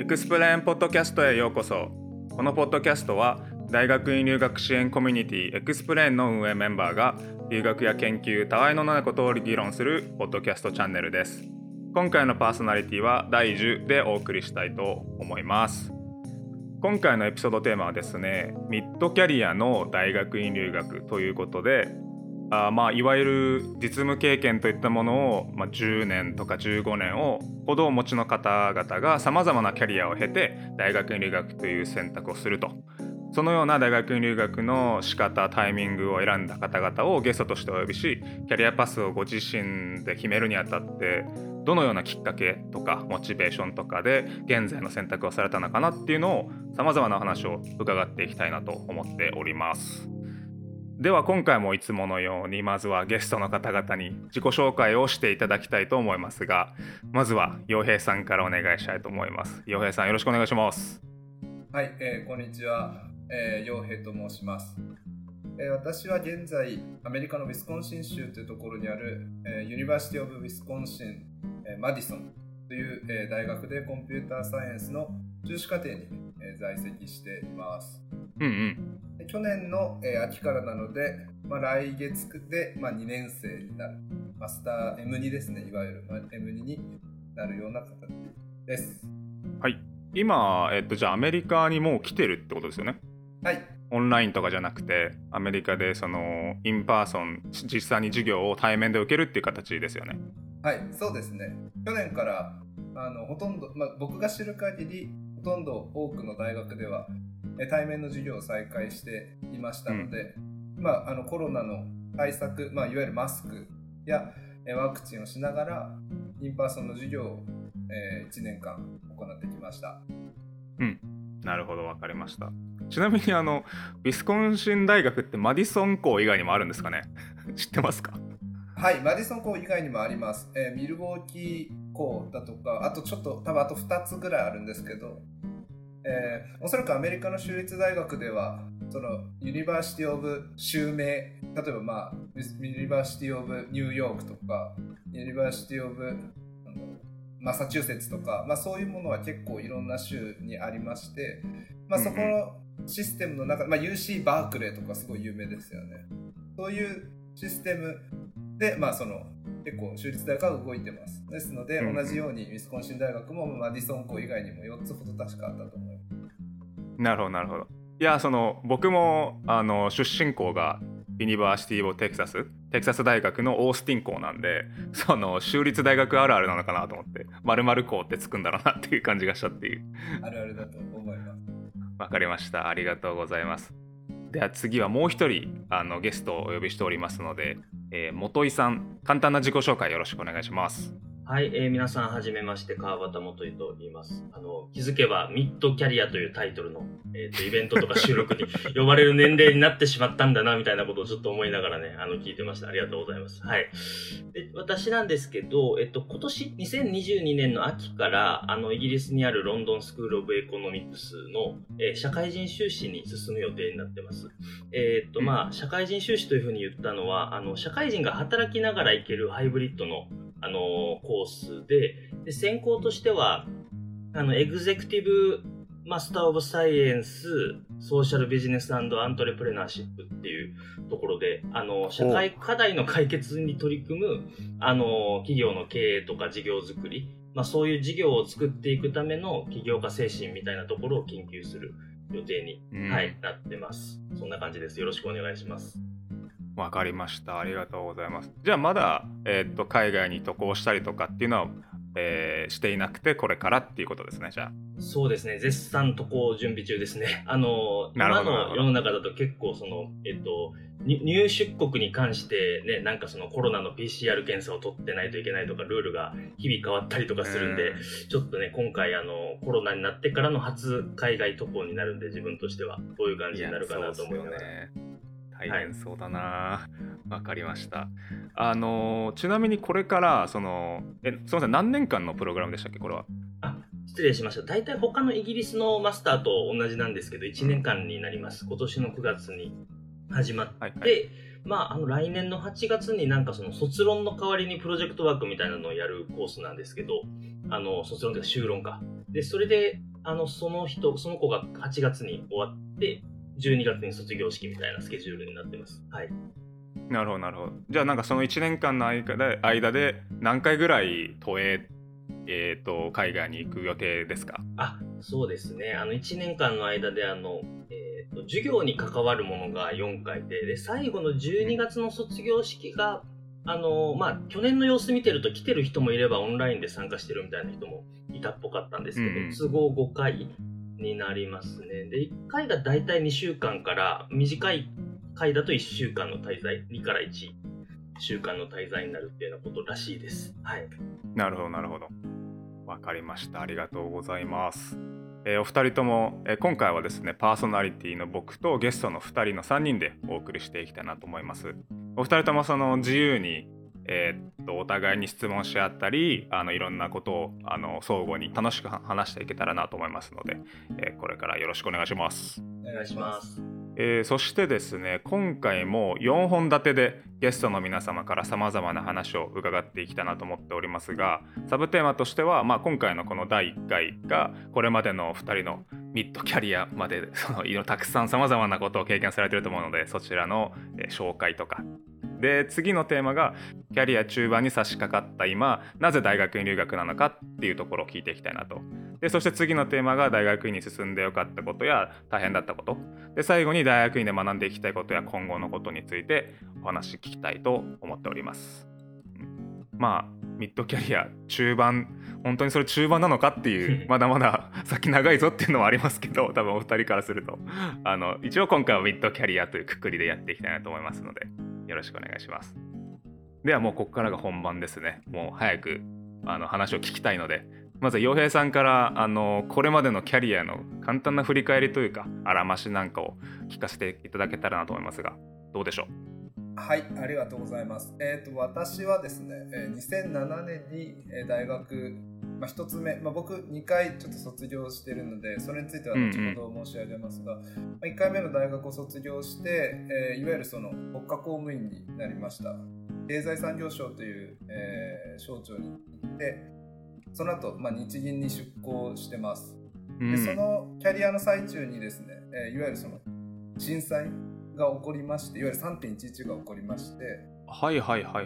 クスプレーンポッドキャストへようこそ。このポッドキャストは大学院留学支援コミュニティエクスプレーンの運営メンバーが留学や研究、たわいのないことを議論するポッドキャストチャンネルです。今回のパーソナリティは第10でお送りしたいと思います。今回のエピソードテーマはですね、ミッドキャリアの大学院留学ということで、いわゆる実務経験といったものを、10年とか15年ほどお持ちの方々がさまざまなキャリアを経て大学院留学という選択をすると。そのような大学院留学の仕方、タイミングを選んだ方々をゲストとしてお呼びし、キャリアパスをご自身で決めるにあたってどのようなきっかけとかモチベーションとかで現在の選択をされたのかなっていうのをさまざまな話を伺っていきたいなと思っております。では今回もいつものようにまずはゲストの方々に自己紹介をしていただきたいと思いますが、まずは陽平さんからお願いしたいと思います。陽平さん、よろしくお願いします。 はい、こんにちは、陽平と申します。私は現在アメリカのウィスコンシン州というところにある、ユニバーシティオブウィスコンシン、マディソンという、大学でコンピューターサイエンスの修士課程に、在籍しています。去年の、秋からなので、来月で、2年生になるマスター M2 ですね、いわゆる、M2 になるような形です。 はい、今、じゃあアメリカにもう来てるってことですよね。 はい、 オンラインとかじゃなくてアメリカでそのインパーソン、実際に授業を対面で受けるっていう形ですよね。 はい、そうですね。去年からほとんど、僕が知る限りほとんど多くの大学では対面の授業を再開していましたので、コロナの対策、いわゆるマスクやワクチンをしながらインパーソンの授業を1年間行ってきました。 なるほど、分かりました。ちなみにウィスコンシン大学ってマディソン校以外にもあるんですかね知ってますか？ はい、マディソン校以外にもあります。ミルウォーキー校だとか、あとちょっと多分あと2つぐらいあるんですけど、おそらくアメリカの州立大学ではそのユニバーシティオブ州名、例えばユニバーシティオブニューヨークとかユニバーシティオブマサチューセッツとか、そういうものは結構いろんな州にありまして、そこのシステムの中で、UC バークレーとかすごい有名ですよね。そういうシステムで、その結構州立大学は動いてます。ですので、同じようにウィスコンシン大学もマディソン校以外にも4つほど確かあったと思います。 なるほどなるほど。いや、僕も出身校がユニバーシティオブテキサス大学のオースティン校なんで、その州立大学あるあるなのかなと思って、〇〇校ってつくんだろうなっていう感じがしたっていう。 あるあるだと思います。 わかりました、ありがとうございます。では次はもう一人ゲストをお呼びしておりますので、元井さん、簡単な自己紹介よろしくお願いします。 はい、皆さんはじめまして、川端元井と言います。気づけばミッドキャリアというタイトルの、イベントとか収録に呼ばれる年齢になってしまったんだなみたいなことをちょっと思いながらね、聞いてました。ありがとうございます。はい。で、私なんですけど、今年2022年の秋からイギリスにあるロンドンスクールオブエコノミクスの、社会人修士に進む予定になってます。社会人修士というふうに言ったのは、社会人が働きながら行けるハイブリッドのコースで、専攻としてはエグゼクティブマスターオブサイエンスソーシャルビジネス&アントレプレナーシップっていうところで社会課題の解決に取り組む企業の経営とか事業作り、そういう事業を作っていくための起業家精神みたいなところを研究する予定に、なってます。そんな感じです。よろしくお願いします。 わかりました。ありがとうございます。じゃあまだ、海外に渡航したりとかっていうのは、していなくてこれからっていうことですね。じゃあそうですね、絶賛渡航準備中ですね。今の世の中だと結構入出国に関してね、なんかそのコロナの PCR 検査を取ってないといけないとかルールが日々変わったりとかするんで、ちょっとね今回コロナになってからの初海外渡航になるんで、自分としてはどういう感じになるかなと思いながら。 大変そうだな。わかりました。ちなみにこれからすみません、何年間のプログラムでしたっけ、これは？ 失礼しました。大体他のイギリスのマスターと同じなんですけど、1年間になります。今年の9月に始まって、来年の8月になんかその卒論の代わりにプロジェクトワークみたいなのをやるコースなんですけど、卒論というか修論か。で、それでその子が8月に終わって、12月に卒業式みたいなスケジュールになってます。はい。 なるほどなるほど。じゃあなんかその1年間の間で何回ぐらい都営、海外に行く予定ですか？ そうですね。1年間の間で授業に関わるものが4回で、最後の12月の卒業式が去年の様子見てると来てる人もいればオンラインで参加してるみたいな人もいたっぽかったんですけど、都合5回になりますね。で、1回がだいたい2週間から短い回だと1週間の滞在、2から1週間の滞在になるっていうようなことらしいです。はい。 なるほどなるほど。わかりました。ありがとうございます。お二人とも、今回はですねパーソナリティの僕とゲストの2人の3人でお送りしていきたいなと思います。お二人ともその自由に、お互いに質問し合ったりいろんなことを相互に楽しく話していけたらなと思いますので、これからよろしくお願いします。 お願いします。 そしてですね今回も4本立てでゲストの皆様からさまざまな話を伺っていきたいなと思っておりますが、サブテーマとしては、今回のこの第1回がこれまでの2人のミッドキャリアまでたくさんさまざまなことを経験されていると思うので、そちらの紹介とかで、次のテーマがキャリア中盤に差し掛かった今なぜ大学院留学なのかっていうところを聞いていきたいなと。でそして次のテーマが大学院に進んでよかったことや大変だったことで、最後に大学院で学んでいきたいことや今後のことについてお話聞きたいと思っております。ミッドキャリア中盤、本当にそれ中盤なのかっていうまだまだ先長いぞっていうのはありますけど、多分お二人からすると一応今回はミッドキャリアというくくりでやっていきたいなと思いますのでよろしくお願いします。ではもうここからが本番ですね。もう早く話を聞きたいので、まず洋平さんからこれまでのキャリアの簡単な振り返りというかあらましなんかを聞かせていただけたらなと思いますが、どうでしょう？ はい、ありがとうございます。私はですね、2007年に大学、1つ目、僕2回ちょっと卒業してるのでそれについては後ほど申し上げますが、1回目の大学を卒業して、いわゆるその国家公務員になりました。経済産業省という、省庁に行って、その後、日銀に出向してます。でそのキャリアの最中にですね、いわゆるその震災が起こりまして、いわゆる 3.11 が起こりまして、 はい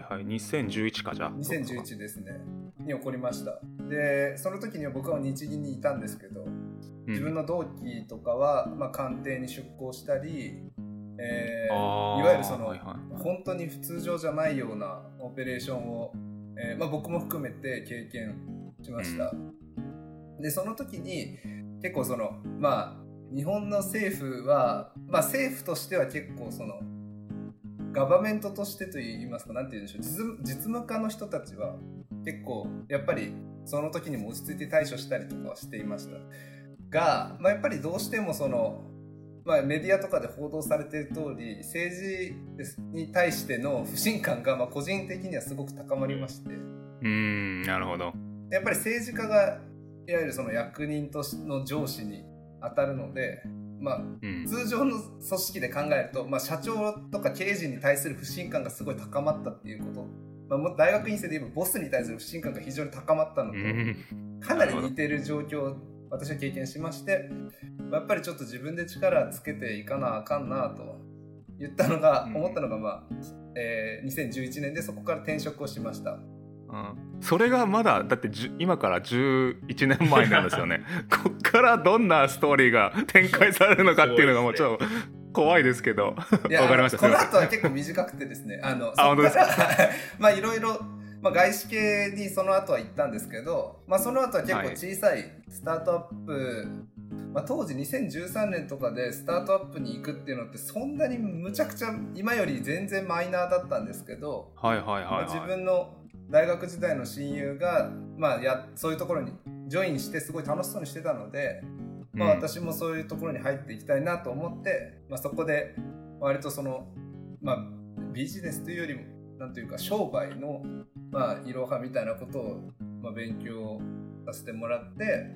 2011か。じゃあ 2011ですねに起こりました。でその時には僕は日銀にいたんですけど、自分の同期とかは、官邸に出向したり、いわゆるその、本当に普通常じゃないようなオペレーションを、僕も含めて経験しました。でその時に結構その日本の政府は、政府としては結構そのガバメントとしてといいますか、なんて言うんでしょう、実務家の人たちは結構やっぱりその時にも落ち着いて対処したりとかはしていましたが、やっぱりどうしてもその、メディアとかで報道されている通り政治に対しての不信感が個人的にはすごく高まりまして、 なるほど。 やっぱり政治家がいわゆるその役人の上司に当たるので、通常の組織で考えると、社長とか経営陣に対する不信感がすごい高まったっていうこと、大学院生で言えばボスに対する不信感が非常に高まったのとかなり似ている状況を私は経験しまして、やっぱりちょっと自分で力つけていかなあかんなと思ったのが、2011年でそこから転職をしました。 それがまだだって今から11年前なんですよねこっからどんなストーリーが展開されるのかっていうのがもうちょっと怖いですけど、わかりました。 この後は結構短くてですね、 本当ですか？ いろいろ外資系にその後は行ったんですけど、その後は結構小さいスタートアップ、当時2013年とかでスタートアップに行くっていうのってそんなにむちゃくちゃ今より全然マイナーだったんですけど、自分の大学時代の親友が、そういうところにジョインしてすごい楽しそうにしてたので、私もそういうところに入っていきたいなと思って、そこで割とその、ビジネスというよりもなんというか商売の、いろはみたいなことを、勉強させてもらって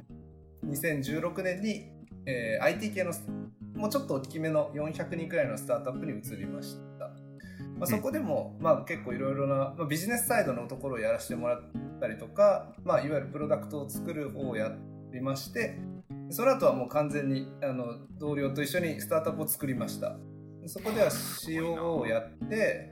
、2016年に、IT 系のもうちょっと大きめの400人くらいのスタートアップに移りました。そこでも、結構いろいろな、ビジネスサイドのところをやらせてもらったりとか、いわゆるプロダクトを作る方をやりまして、 その後はもう完全に同僚と一緒にスタートアップを作りました。そこでは COO をやって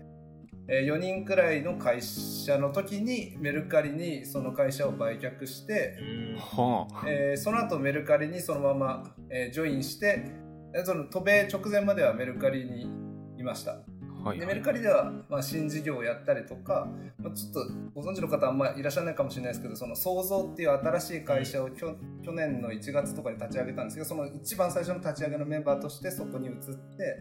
4人くらいの会社の時にメルカリにその会社を売却して、その後メルカリにそのまま、ジョインしてその渡米直前まではメルカリにいました。でメルカリでは、新事業をやったりとか、ちょっとご存知の方あんまりいらっしゃらないかもしれないですけど、その創造っていう新しい会社を去年の1月とかに立ち上げたんですけど、その一番最初の立ち上げのメンバーとしてそこに移って、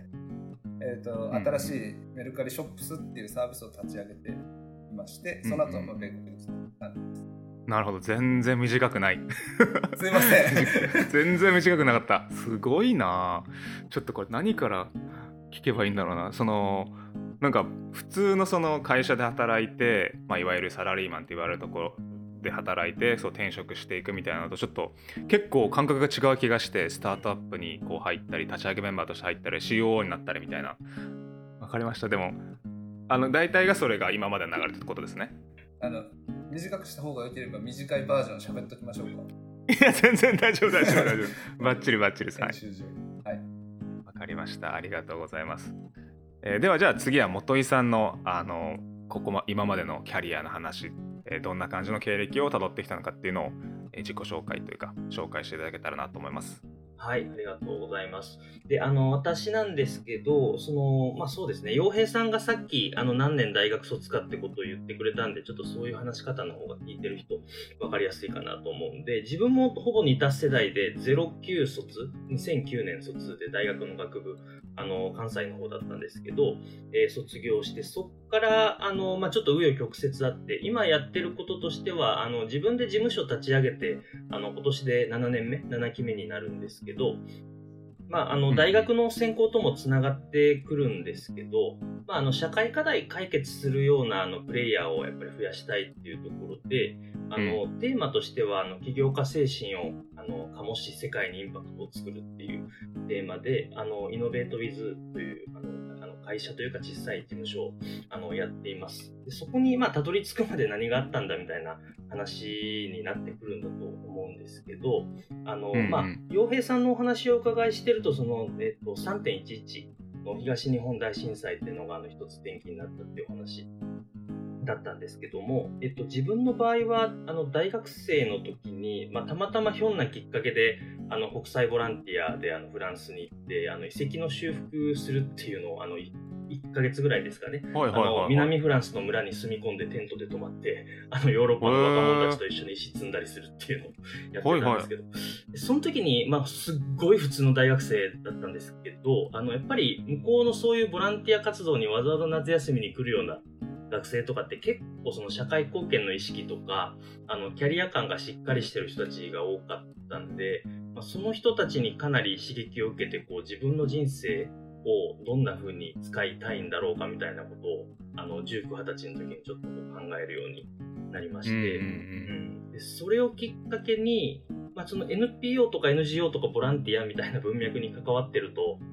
新しいメルカリショップスっていうサービスを立ち上げていまして、その後は別個です。 なるほど、全然短くないすいません全然短くなかった。すごいな。ちょっとこれ何から聞けばいいんだろうな。なんか普通のその会社で働いて、いわゆるサラリーマンって言われるところで働いて転職していくみたいなのとちょっと結構感覚が違う気がして、スタートアップにこう入ったり立ち上げメンバーとして入ったり COO になったりみたいな。わかりました。でも大体がそれが今まで流れてたことですね。 短くした方が良ければ短いバージョン喋っときましょうか。 いや全然大丈夫大丈夫バッチリバッチリです。はい、わかりました。ありがとうございます。ではじゃあ次は元井さんの今までのキャリアの話、どんな感じの経歴をたどってきたのかっていうのを、自己紹介というか紹介していただけたらなと思います。 はい、ありがとうございます。で、私なんですけど、そうですね、洋平さんがさっき、何年大学卒かってことを言ってくれたんで、ちょっとそういう話し方の方が聞いてる人、分かりやすいかなと思うんで、自分もほぼ似た世代で、09卒、2009年卒で大学の学部、関西の方だったんですけど、卒業して、そっから、ちょっと紆余曲折あって、今やってることとしては、自分で事務所立ち上げて、今年で7期目になるんですけど、大学の専攻ともつながってくるんですけど、社会課題解決するようなプレイヤーをやっぱり増やしたいっていうところで、テーマとしては起業家精神を醸し世界にインパクトを作るっていうテーマで、イノベートウィズという会社というか小さい事務所をやっています。でそこにたどり着くまで何があったんだみたいな話になってくるんだと思うんですけど、洋平さんのお話をお伺いしてると、3.11 の東日本大震災っていうのが一つ転機になったっていうお話だったんですけども、自分の場合は大学生の時に、たまたまひょんなきっかけで国際ボランティアでフランスに行って遺跡の修復するっていうのを1ヶ月ぐらいですかね、南フランスの村に住み込んでテントで泊まってヨーロッパの若者たちと一緒に石積んだりするっていうのをやってたんですけど、その時に、すっごい普通の大学生だったんですけど、やっぱり向こうのそういうボランティア活動にわざわざ夏休みに来るような学生とかって結構その社会貢献の意識とかキャリア感がしっかりしてる人たちが多かったんで、その人たちにかなり刺激を受けて自分の人生をどんな風に使いたいんだろうかみたいなことを19、20歳の時にちょっと考えるようになりまして、でそれをきっかけに、その NPO とか NGO とかボランティアみたいな文脈に関わってると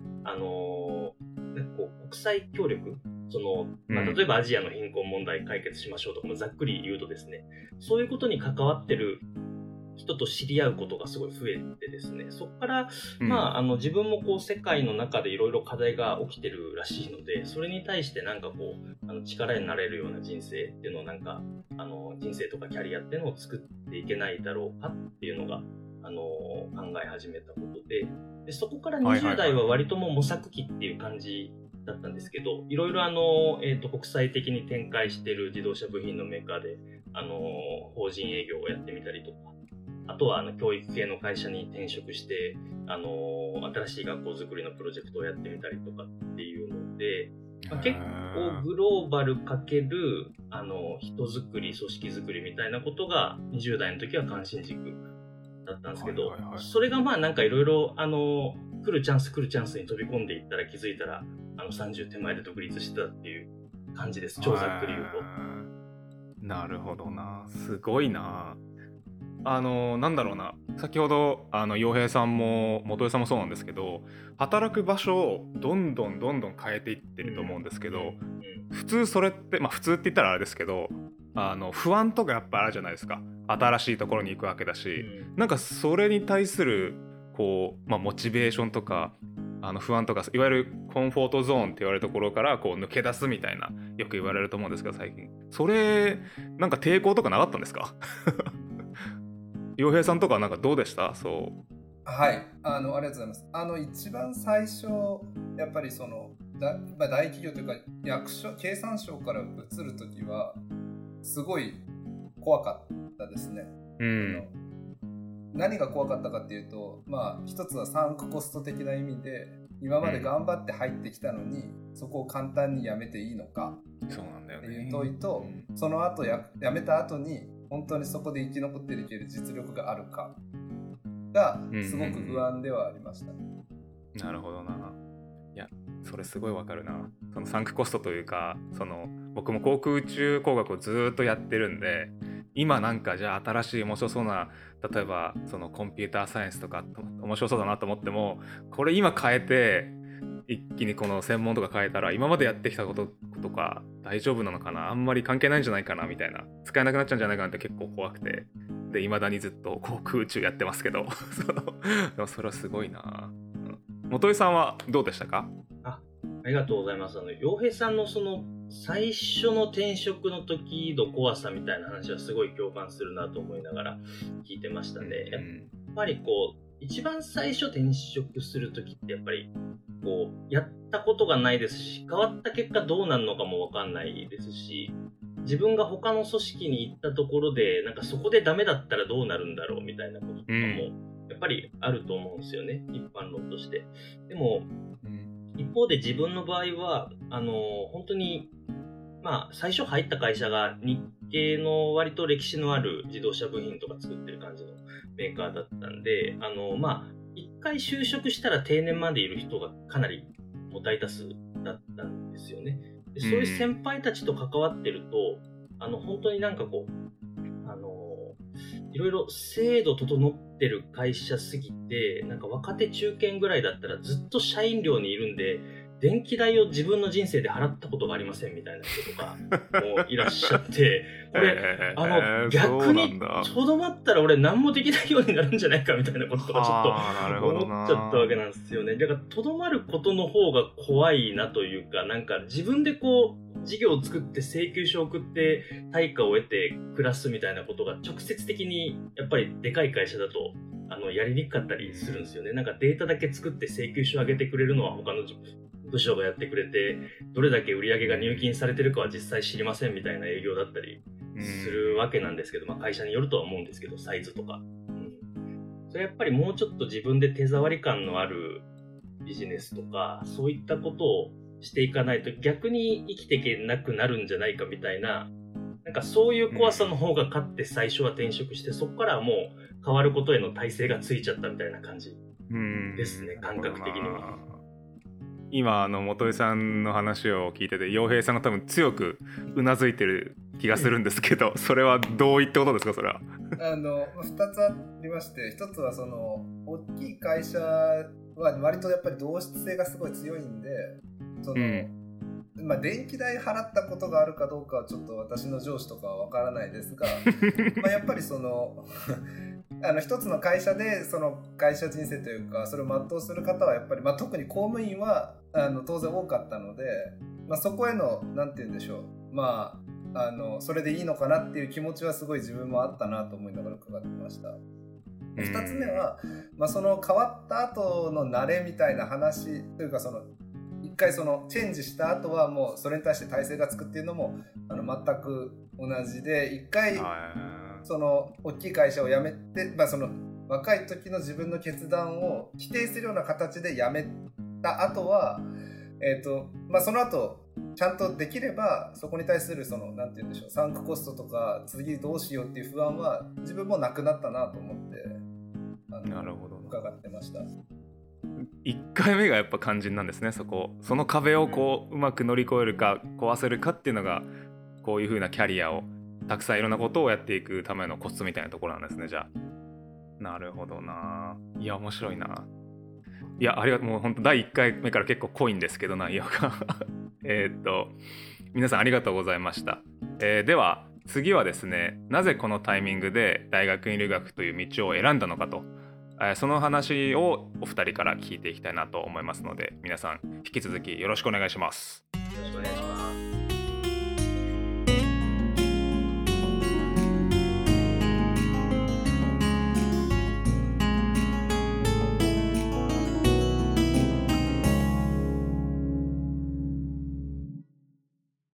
国際協力例えばアジアの貧困問題解決しましょうとかもざっくり言うとですね、そういうことに関わってる人と知り合うことがすごい増えてですね、そこから、自分も世界の中でいろいろ課題が起きてるらしいので、それに対して力になれるような人生っていうのを人生とかキャリアっていうのを作っていけないだろうかっていうのが考え始めたことで、そこから20代は割ともう模索期っていう感じだったんですけど、いろいろ国際的に展開している自動車部品のメーカーで法人営業をやってみたりとか、あとは教育系の会社に転職して新しい学校づくりのプロジェクトをやってみたりとかっていうので、結構グローバルかける人づくり、組織づくりみたいなことが20代の時は関心軸だったんですけど、それがいろいろ来るチャンスに飛び込んでいったら気づいたら30手前で独立してたっていう感じです。超ざっくり言うと。 なるほどな、すごいな。なんだろうな、先ほど洋平さんも元井さんもそうなんですけど、働く場所をどんどん変えていってると思うんですけど、普通それって普通って言ったらあれですけど不安とかやっぱあるじゃないですか。新しいところに行くわけだし、それに対するこう、モチベーションとか不安とかいわゆるコンフォートゾーンって言われるところからこう抜け出すみたいなよく言われると思うんですけど、最近それなんか抵抗とかなかったんですか？洋平さんとかなんかどうでした？そう。 はい、ありがとうございます。一番最初やっぱりその大企業というか経産省から移るときはすごい怖かったですね。何が怖かったかっていうと、一つはサンクコスト的な意味で、今まで頑張って入ってきたのに、そこを簡単にやめていいのかっていう問いと、その後やめた後に本当にそこで生き残っていける実力があるかがすごく不安ではありました。 なるほどな。いや、それすごいわかるな。そのサンクコストというか、僕も航空宇宙工学をずっとやってるんで、今なんかじゃあ新しい面白そうな、例えばそのコンピューターサイエンスとか面白そうだなと思っても、これ今変えて一気にこの専門とか変えたら今までやってきたこととか大丈夫なのかな、あんまり関係ないんじゃないかなみたいな、使えなくなっちゃうんじゃないかなって結構怖くて、で未だにずっと航空宇宙やってますけどでもそれはすごいな。元井さんはどうでしたか？ ありがとうございます。洋平さんのその最初の転職の時の怖さみたいな話はすごい共感するなと思いながら聞いてましたね。やっぱりこう一番最初転職する時ってやっぱりこうやったことがないですし、変わった結果どうなるのかも分かんないですし、自分が他の組織に行ったところでなんかそこでダメだったらどうなるんだろうみたいなこととかもやっぱりあると思うんですよね、一般論として。でも、一方で自分の場合は本当に最初入った会社が日系の割と歴史のある自動車部品とか作ってる感じのメーカーだったんで、一回就職したら定年までいる人がかなり大多数だったんですよね。でそういう先輩たちと関わってると、本当になんかこういろいろ制度整ってる会社すぎて、なんか若手中堅ぐらいだったらずっと社員寮にいるんで電気代を自分の人生で払ったことがありませんみたいな人とかもいらっしゃってこれ逆にとどまったら俺何もできないようになるんじゃないかみたいなこととかちょっと思っちゃったわけなんですよね。だからとどまることの方が怖いなというか、なんか自分でこう事業を作って請求書を送って対価を得て暮らすみたいなことが直接的にやっぱりでかい会社だとやりにくかったりするんですよね。なんかデータだけ作って請求書を上げてくれるのは他の部署がやってくれて、どれだけ売り上げが入金されてるかは実際知りませんみたいな営業だったりするわけなんですけど、会社によるとは思うんですけど、サイズとか、それやっぱりもうちょっと自分で手触り感のあるビジネスとかそういったことをしていかないと逆に生きていけなくなるんじゃないかみたいな、なんかそういう怖さの方が勝って最初は転職して、そこからはもう変わることへの耐性がついちゃったみたいな感じですね、感覚的には。 今元井さんの話を聞いてて、洋平さんが多分強くうなずいてる気がするんですけどそれはどういったことですか？それは 2つありまして、1つはその大きい会社は割とやっぱり同質性がすごい強いんで、その、電気代払ったことがあるかどうかはちょっと私の上司とかは分からないですがやっぱりその一つの会社でその会社人生というかそれを全うする方はやっぱり、特に公務員は当然多かったので、そこへのなんて言うんでしょう、それでいいのかなっていう気持ちはすごい自分もあったなと思いながら伺ってました。2つ目は、その変わった後の慣れみたいな話というか、その一回そのチェンジした後はもうそれに対して体制がつくっていうのも全く同じで、一回その大きい会社を辞めて、その若い時の自分の決断を否定するような形で辞めた後は、その後ちゃんとできればそこに対するそのなんて言うんでしょう、サンクコストとか次どうしようっていう不安は自分もなくなったなと思ってなるほど伺ってました。 1回目がやっぱ肝心なんですね。その壁をこううまく乗り越えるか壊せるかっていうのが、こういう風なキャリアをたくさんいろんなことをやっていくためのコツみたいなところなんですね。じゃあなるほどな。いや面白いな。いやもう本当第1回目から結構濃いんですけど内容が皆さんありがとうございました。では次はですね、なぜこのタイミングで大学院留学という道を選んだのかとその話をお二人から聞いていきたいなと思いますので、皆さん引き続きよろしくお願いします。 よろしくお願いします。